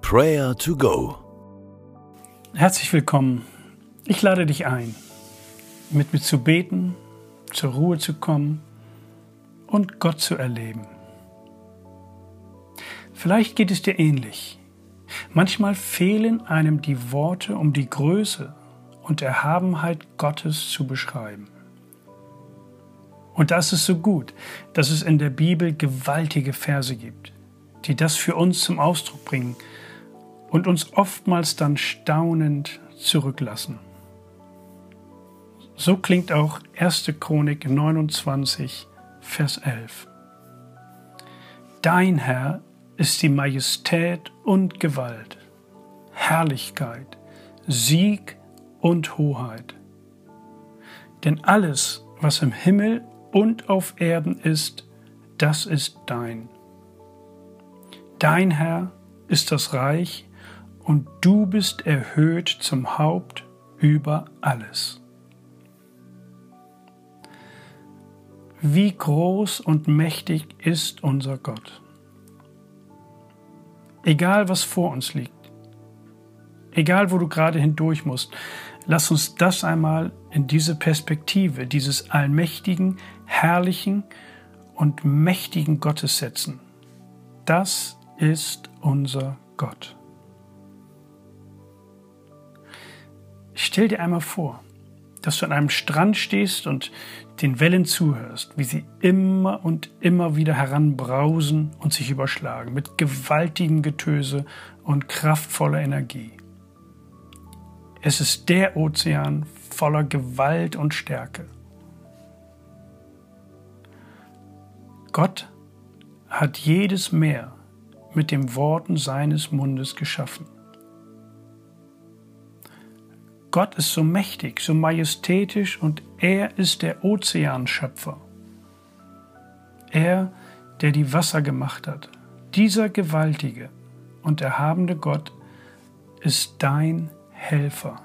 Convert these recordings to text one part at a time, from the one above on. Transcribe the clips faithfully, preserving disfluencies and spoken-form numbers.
Prayer to Go. Herzlich willkommen. Ich lade dich ein, mit mir zu beten, zur Ruhe zu kommen und Gott zu erleben. Vielleicht geht es dir ähnlich. Manchmal fehlen einem die Worte, um die Größe und Erhabenheit Gottes zu beschreiben. Und das ist so gut, dass es in der Bibel gewaltige Verse gibt, die das für uns zum Ausdruck bringen und uns oftmals dann staunend zurücklassen. So klingt auch erste Chronik neunundzwanzig, Vers elf. Dein Herr ist die Majestät und Gewalt, Herrlichkeit, Sieg und Hoheit. Denn alles, was im Himmel und auf Erden ist, das ist dein. Dein Herr ist das Reich und du bist erhöht zum Haupt über alles. Wie groß und mächtig ist unser Gott. Egal, was vor uns liegt, egal, wo du gerade hindurch musst, lass uns das einmal in diese Perspektive dieses allmächtigen, herrlichen und mächtigen Gottes setzen. Das ist unser Gott. Stell dir einmal vor, dass du an einem Strand stehst und den Wellen zuhörst, wie sie immer und immer wieder heranbrausen und sich überschlagen, mit gewaltigem Getöse und kraftvoller Energie. Es ist der Ozean voller Gewalt und Stärke. Gott hat jedes Meer mit den Worten seines Mundes geschaffen. Gott ist so mächtig, so majestätisch und er ist der Ozeanschöpfer. Er, der die Wasser gemacht hat. Dieser gewaltige und erhabene Gott ist dein Helfer.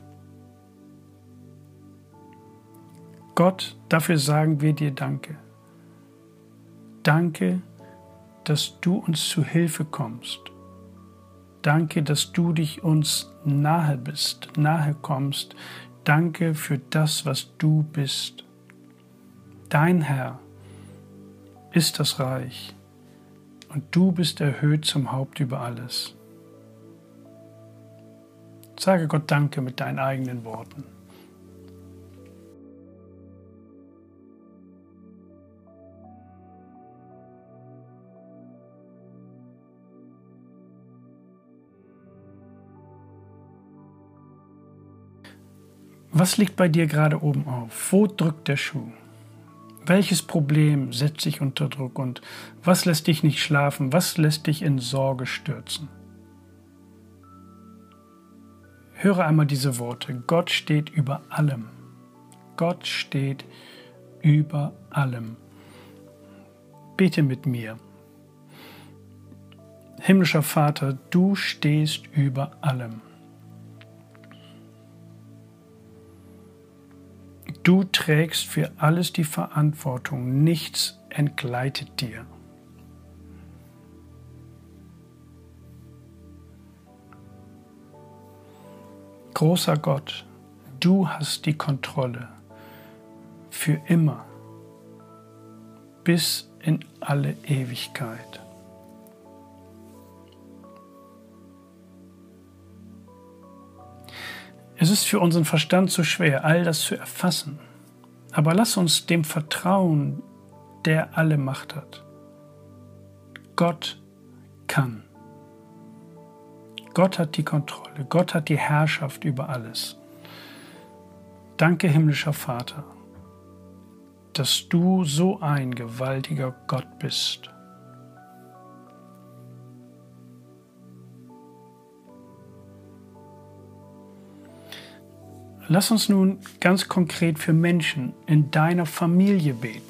Gott, dafür sagen wir dir Danke. Danke, dass du uns zu Hilfe kommst. Danke, dass du dich uns nahe bist, nahe kommst. Danke für das, was du bist. Dein Herr ist das Reich und du bist erhöht zum Haupt über alles. Sage Gott Danke mit deinen eigenen Worten. Was liegt bei dir gerade oben auf? Wo drückt der Schuh? Welches Problem setzt dich unter Druck und was lässt dich nicht schlafen? Was lässt dich in Sorge stürzen? Höre einmal diese Worte. Gott steht über allem. Gott steht über allem. Bete mit mir. Himmlischer Vater, du stehst über allem. Du trägst für alles die Verantwortung, nichts entgleitet dir. Großer Gott, du hast die Kontrolle für immer, bis in alle Ewigkeit. Es ist für unseren Verstand so schwer, all das zu erfassen. Aber lass uns dem vertrauen, der alle Macht hat. Gott kann. Gott hat die Kontrolle. Gott hat die Herrschaft über alles. Danke, himmlischer Vater, dass du so ein gewaltiger Gott bist. Lass uns nun ganz konkret für Menschen in deiner Familie beten,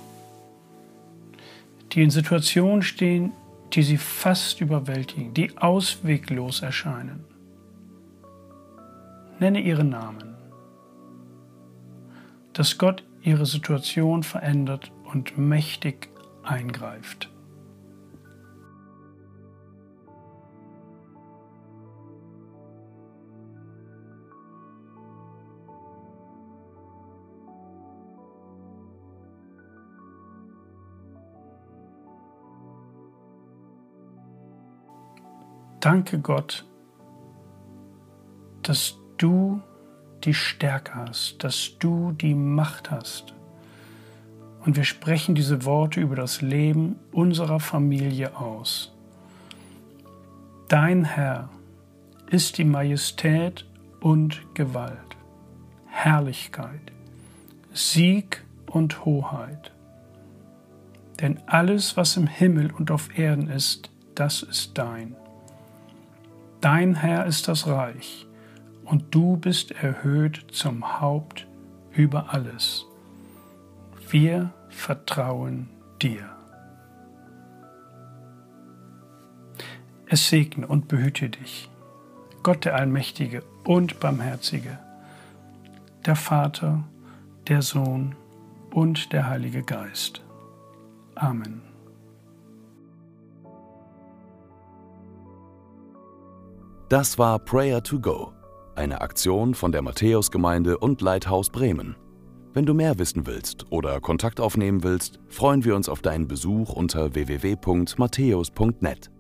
die in Situationen stehen, die sie fast überwältigen, die ausweglos erscheinen. Nenne ihre Namen, dass Gott ihre Situation verändert und mächtig eingreift. Danke, Gott, dass du die Stärke hast, dass du die Macht hast. Und wir sprechen diese Worte über das Leben unserer Familie aus. Dein Herr ist die Majestät und Gewalt, Herrlichkeit, Sieg und Hoheit. Denn alles, was im Himmel und auf Erden ist, das ist dein. Dein Herr ist das Reich, und du bist erhöht zum Haupt über alles. Wir vertrauen dir. Es segne und behüte dich, Gott der Allmächtige und Barmherzige, der Vater, der Sohn und der Heilige Geist. Amen. Das war Prayer to Go, eine Aktion von der Matthäusgemeinde und Lighthouse Bremen. Wenn du mehr wissen willst oder Kontakt aufnehmen willst, freuen wir uns auf deinen Besuch unter w w w punkt matthäus punkt net.